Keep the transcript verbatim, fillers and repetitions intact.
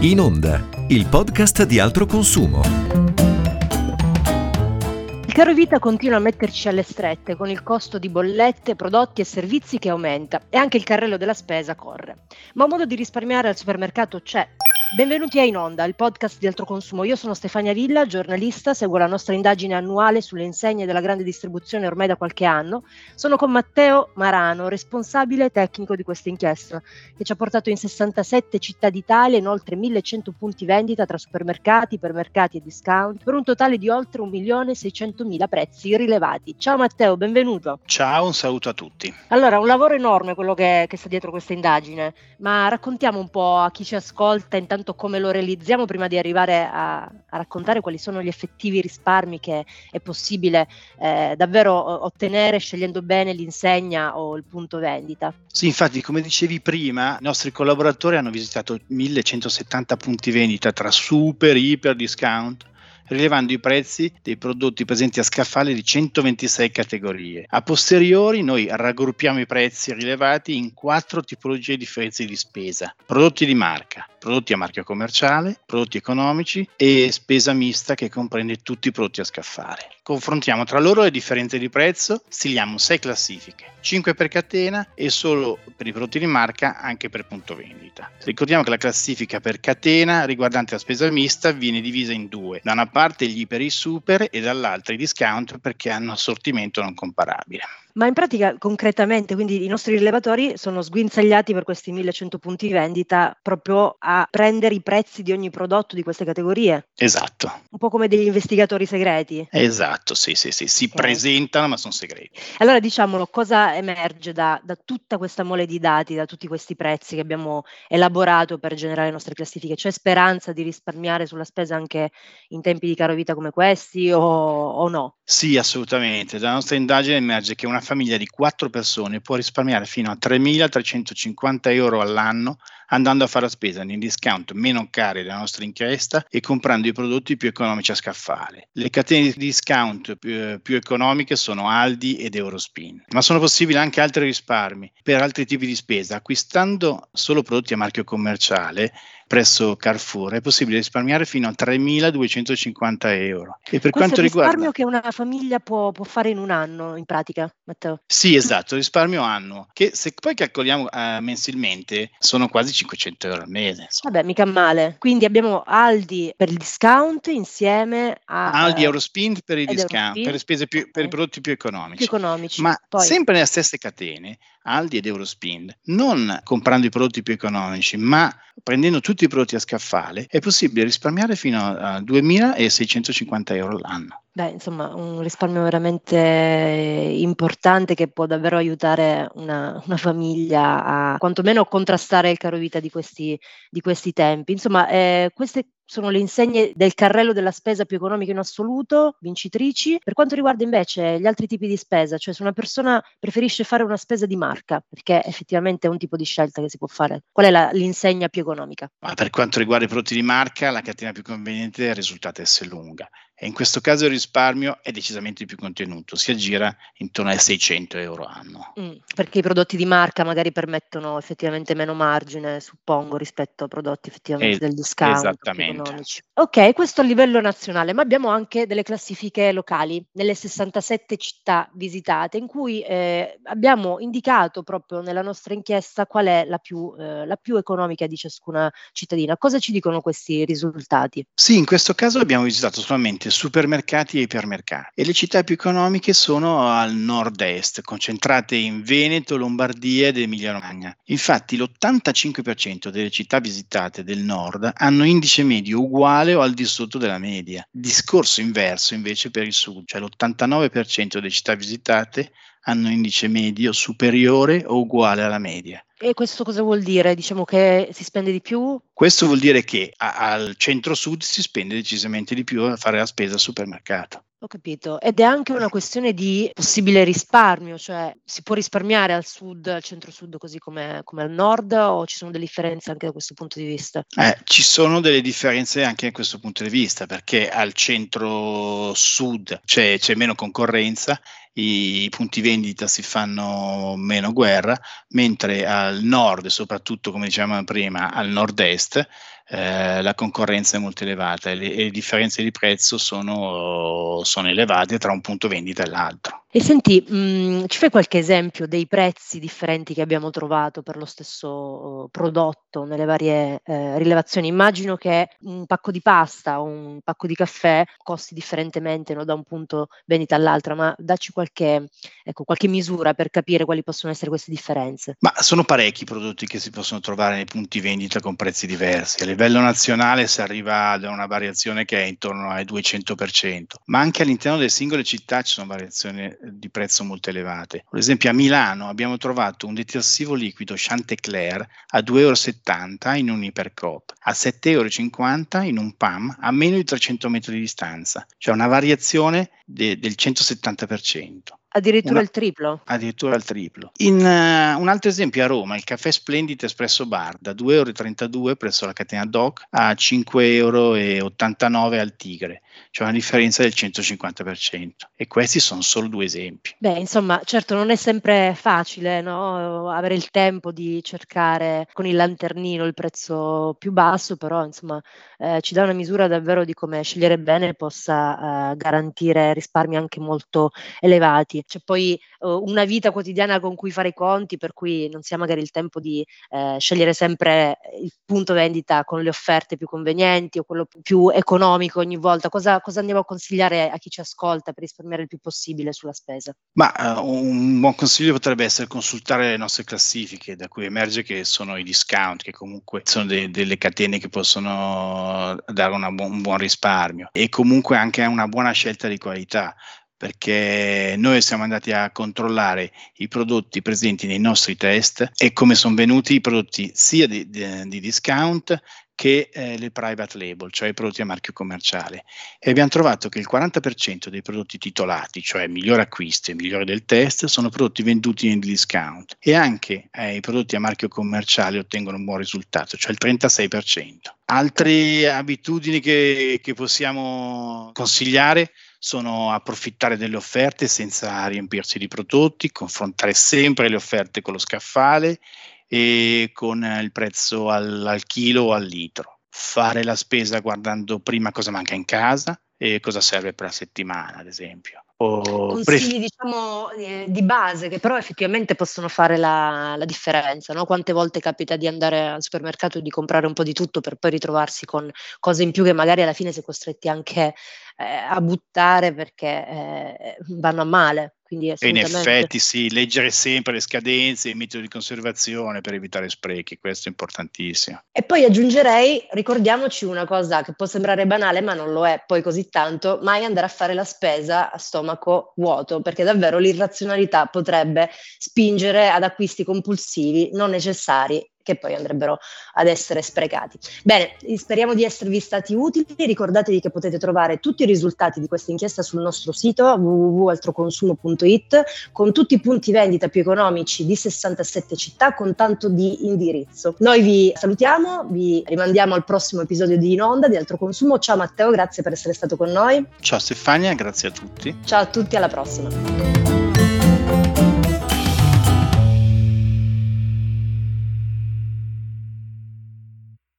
In Onda, il podcast di Altro Consumo. Il caro vita continua a metterci alle strette con il costo di bollette, prodotti e servizi che aumenta e anche il carrello della spesa corre. Ma un modo di risparmiare al supermercato c'è. Benvenuti a In Onda, il podcast di Altro Consumo. Io sono Stefania Villa, giornalista, seguo la nostra indagine annuale sulle insegne della grande distribuzione ormai da qualche anno. Sono con Matteo Marano, responsabile tecnico di questa inchiesta, che ci ha portato in sessantasette città d'Italia in oltre millecento punti vendita tra supermercati, ipermercati e discount, per un totale di oltre un milione seicentomila prezzi rilevati. Ciao Matteo, benvenuto. Ciao, un saluto a tutti. Allora, un lavoro enorme quello che, che sta dietro questa indagine, ma raccontiamo un po' a chi ci ascolta intanto come lo realizziamo prima di arrivare a, a raccontare quali sono gli effettivi risparmi che è possibile eh, davvero ottenere scegliendo bene l'insegna o il punto vendita. Sì, infatti, come dicevi prima, i nostri collaboratori hanno visitato millecentosettanta punti vendita tra super, iper, discount, rilevando i prezzi dei prodotti presenti a scaffale di centoventisei categorie. A posteriori noi raggruppiamo i prezzi rilevati in quattro tipologie differenti di spesa: prodotti di marca, prodotti a marchio commerciale, prodotti economici e spesa mista che comprende tutti i prodotti a scaffale. Confrontiamo tra loro le differenze di prezzo, stiliamo sei classifiche, cinque per catena e solo per i prodotti di marca anche per punto vendita. Ricordiamo che la classifica per catena riguardante la spesa mista viene divisa in due: da una parte gli iper e i super e dall'altra i discount, perché hanno assortimento non comparabile. Ma in pratica, concretamente, quindi i nostri rilevatori sono sguinzagliati per questi millecento punti vendita proprio a prendere i prezzi di ogni prodotto di queste categorie? Esatto. Un po' come degli investigatori segreti? Esatto, sì, sì, sì, si Okay. presentano ma sono segreti. Allora diciamolo, cosa emerge da, da tutta questa mole di dati, da tutti questi prezzi che abbiamo elaborato per generare le nostre classifiche? C'è speranza di risparmiare sulla spesa anche in tempi di caro vita come questi o, o no? Sì, assolutamente. Dalla nostra indagine emerge che una famiglia di quattro persone può risparmiare fino a tremilatrecentocinquanta euro all'anno andando a fare la spesa nei discount meno cari della nostra inchiesta e comprando i prodotti più economici a scaffale. Le catene di discount più, più economiche sono Aldi ed Eurospin, ma sono possibili anche altri risparmi per altri tipi di spesa. Acquistando solo prodotti a marchio commerciale presso Carrefour è possibile risparmiare fino a tremiladuecentocinquanta euro. E per Questo quanto è il risparmio riguarda che una famiglia può, può fare in un anno, in pratica, Matteo? Sì, esatto, risparmio annuo, che se poi calcoliamo eh, mensilmente sono quasi cinquecento euro al mese. Insomma. Vabbè, mica male. Quindi abbiamo Aldi per il discount insieme a Aldi eh, Eurospin per i ed discount, per le spese più, per i ok, prodotti più più economici. economici. Ma Poi, sempre nelle stesse catene, Aldi ed Eurospin, non comprando i prodotti più economici, ma prendendo tutti i prodotti a scaffale, è possibile risparmiare fino a duemilaseicentocinquanta euro all'anno. beh, insomma, un risparmio veramente importante che può davvero aiutare una, una famiglia a quantomeno contrastare il caro vita di questi, di questi tempi. Insomma, eh, queste sono le insegne del carrello della spesa più economica in assoluto, vincitrici. Per quanto riguarda invece gli altri tipi di spesa, cioè se una persona preferisce fare una spesa di marca, perché effettivamente è un tipo di scelta che si può fare, qual è la, l'insegna più economica? Ma per quanto riguarda i prodotti di marca, la catena più conveniente è risultata essere lunga. E in questo caso il risparmio è decisamente più contenuto, si aggira intorno ai seicento euro anno. Mm, perché i prodotti di marca magari permettono effettivamente meno margine, suppongo, rispetto a prodotti effettivamente Es- del discount più esattamente. economici. Ok, questo a livello nazionale, ma abbiamo anche delle classifiche locali nelle sessantasette città visitate, in cui eh, abbiamo indicato proprio nella nostra inchiesta qual è la più, eh, la più economica di ciascuna cittadina. Cosa ci dicono questi risultati? Sì, in questo caso abbiamo visitato solamente supermercati e ipermercati e le città più economiche sono al nord-est, concentrate in Veneto, Lombardia ed Emilia-Romagna. Infatti l'ottantacinque per cento delle città visitate del nord hanno indice medio uguale o al di sotto della media. Discorso inverso invece per il sud, cioè l'ottantanove per cento delle città visitate hanno indice medio superiore o uguale alla media. E questo cosa vuol dire? Diciamo che si spende di più? Questo vuol dire che a- al centro-sud si spende decisamente di più a fare la spesa al supermercato. Ho capito. Ed è anche una questione di possibile risparmio, cioè si può risparmiare al sud, al centro-sud così come, come al nord, o ci sono delle differenze anche da questo punto di vista? Eh, ci sono delle differenze anche da questo punto di vista, perché al centro-sud c'è, c'è meno concorrenza, i punti vendita si fanno meno guerra, mentre al nord, e soprattutto come dicevamo prima al nord-est, eh, la concorrenza è molto elevata e le, e le differenze di prezzo sono, sono elevate tra un punto vendita e l'altro. E senti, mh, ci fai qualche esempio dei prezzi differenti che abbiamo trovato per lo stesso prodotto nelle varie eh, rilevazioni? Immagino che un pacco di pasta o un pacco di caffè costi differentemente, no, da un punto vendita all'altro, ma dacci qualche, ecco, qualche misura per capire quali possono essere queste differenze. Ma sono parecchi i prodotti che si possono trovare nei punti vendita con prezzi diversi. A livello nazionale si arriva ad una variazione che è intorno al duecento per cento, ma anche all'interno delle singole città ci sono variazioni di prezzo molto elevate. Per esempio a Milano abbiamo trovato un detersivo liquido Chantecler a due euro e settanta in un Ipercoop, a sette euro e cinquanta in un P A M a meno di trecento metri di distanza, cioè una variazione de- del centosettanta per cento. Addirittura Una, il triplo? Addirittura il triplo. In uh, un altro esempio a Roma, il caffè Splendid Espresso Bar da due euro e trentadue presso la catena Doc a cinque euro e ottantanove al Tigre, cioè una differenza del centocinquanta per cento. E questi sono solo due esempi. Beh, insomma, certo non è sempre facile, no? Avere il tempo di cercare con il lanternino il prezzo più basso, però insomma eh, ci dà una misura davvero di come scegliere bene possa eh, garantire risparmi anche molto elevati. C'è poi uh, una vita quotidiana con cui fare i conti, per cui non si ha magari il tempo di eh, scegliere sempre il punto vendita con le offerte più convenienti o quello più economico ogni volta. Cosa, cosa andiamo a consigliare a chi ci ascolta per risparmiare il più possibile sulla spesa? Ma uh, un buon consiglio potrebbe essere consultare le nostre classifiche, da cui emerge che sono i discount, che comunque sono de- delle catene che possono dare una bu- un buon risparmio e comunque anche una buona scelta di qualità, perché noi siamo andati a controllare i prodotti presenti nei nostri test e come sono venuti i prodotti sia di, di, di discount che eh, le private label, cioè i prodotti a marchio commerciale, e abbiamo trovato che il quaranta per cento dei prodotti titolati, cioè miglior acquisto e migliore del test, sono prodotti venduti in discount e anche eh, i prodotti a marchio commerciale ottengono un buon risultato, cioè il trentasei per cento. Altre abitudini che, che possiamo consigliare sono approfittare delle offerte senza riempirsi di prodotti, confrontare sempre le offerte con lo scaffale e con il prezzo al, al chilo o al litro, fare la spesa guardando prima cosa manca in casa e cosa serve per la settimana, ad esempio. O Consigli pref- diciamo eh, di base che però effettivamente possono fare la, la differenza, no? Quante volte capita di andare al supermercato e di comprare un po' di tutto per poi ritrovarsi con cose in più che magari alla fine si è costretti anche eh, a buttare perché eh, vanno a male. Quindi E in assolutamente. effetti sì, leggere sempre le scadenze e i metodi di conservazione per evitare sprechi, questo è importantissimo. E poi aggiungerei, ricordiamoci una cosa che può sembrare banale ma non lo è poi così tanto, mai andare a fare la spesa a stomaco vuoto, perché davvero l'irrazionalità potrebbe spingere ad acquisti compulsivi non necessari che poi andrebbero ad essere sprecati. Bene, speriamo di esservi stati utili. Ricordatevi che potete trovare tutti i risultati di questa inchiesta sul nostro sito w w w punto altroconsumo punto i t con tutti i punti vendita più economici di sessantasette città con tanto di indirizzo. Noi vi salutiamo, vi rimandiamo al prossimo episodio di In Onda di Altro Consumo. Ciao Matteo, grazie per essere stato con noi. Ciao Stefania, grazie a tutti. Ciao a tutti, alla prossima.